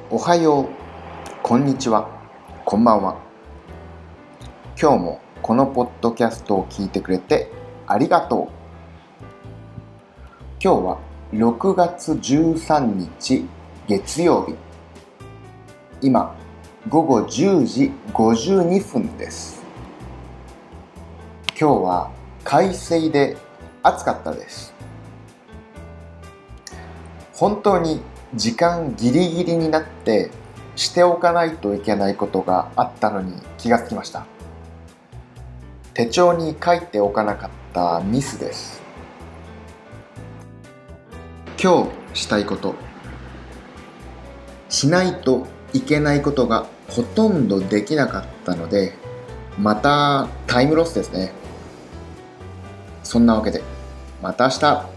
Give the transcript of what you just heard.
おはよう、こんにちは、こんばんは。今日もこのポッドキャストを聞いてくれてありがとう。今日は6月13日月曜日。今、午後10時52分です。今日は快晴で暑かったです。本当に時間ギリギリになってしておかないといけないことがあったのに気がつきました。手帳に書いておかなかったミスです。今日したいこと、しないといけないことがほとんどできなかったので、またタイムロスですね。そんなわけで、また明日。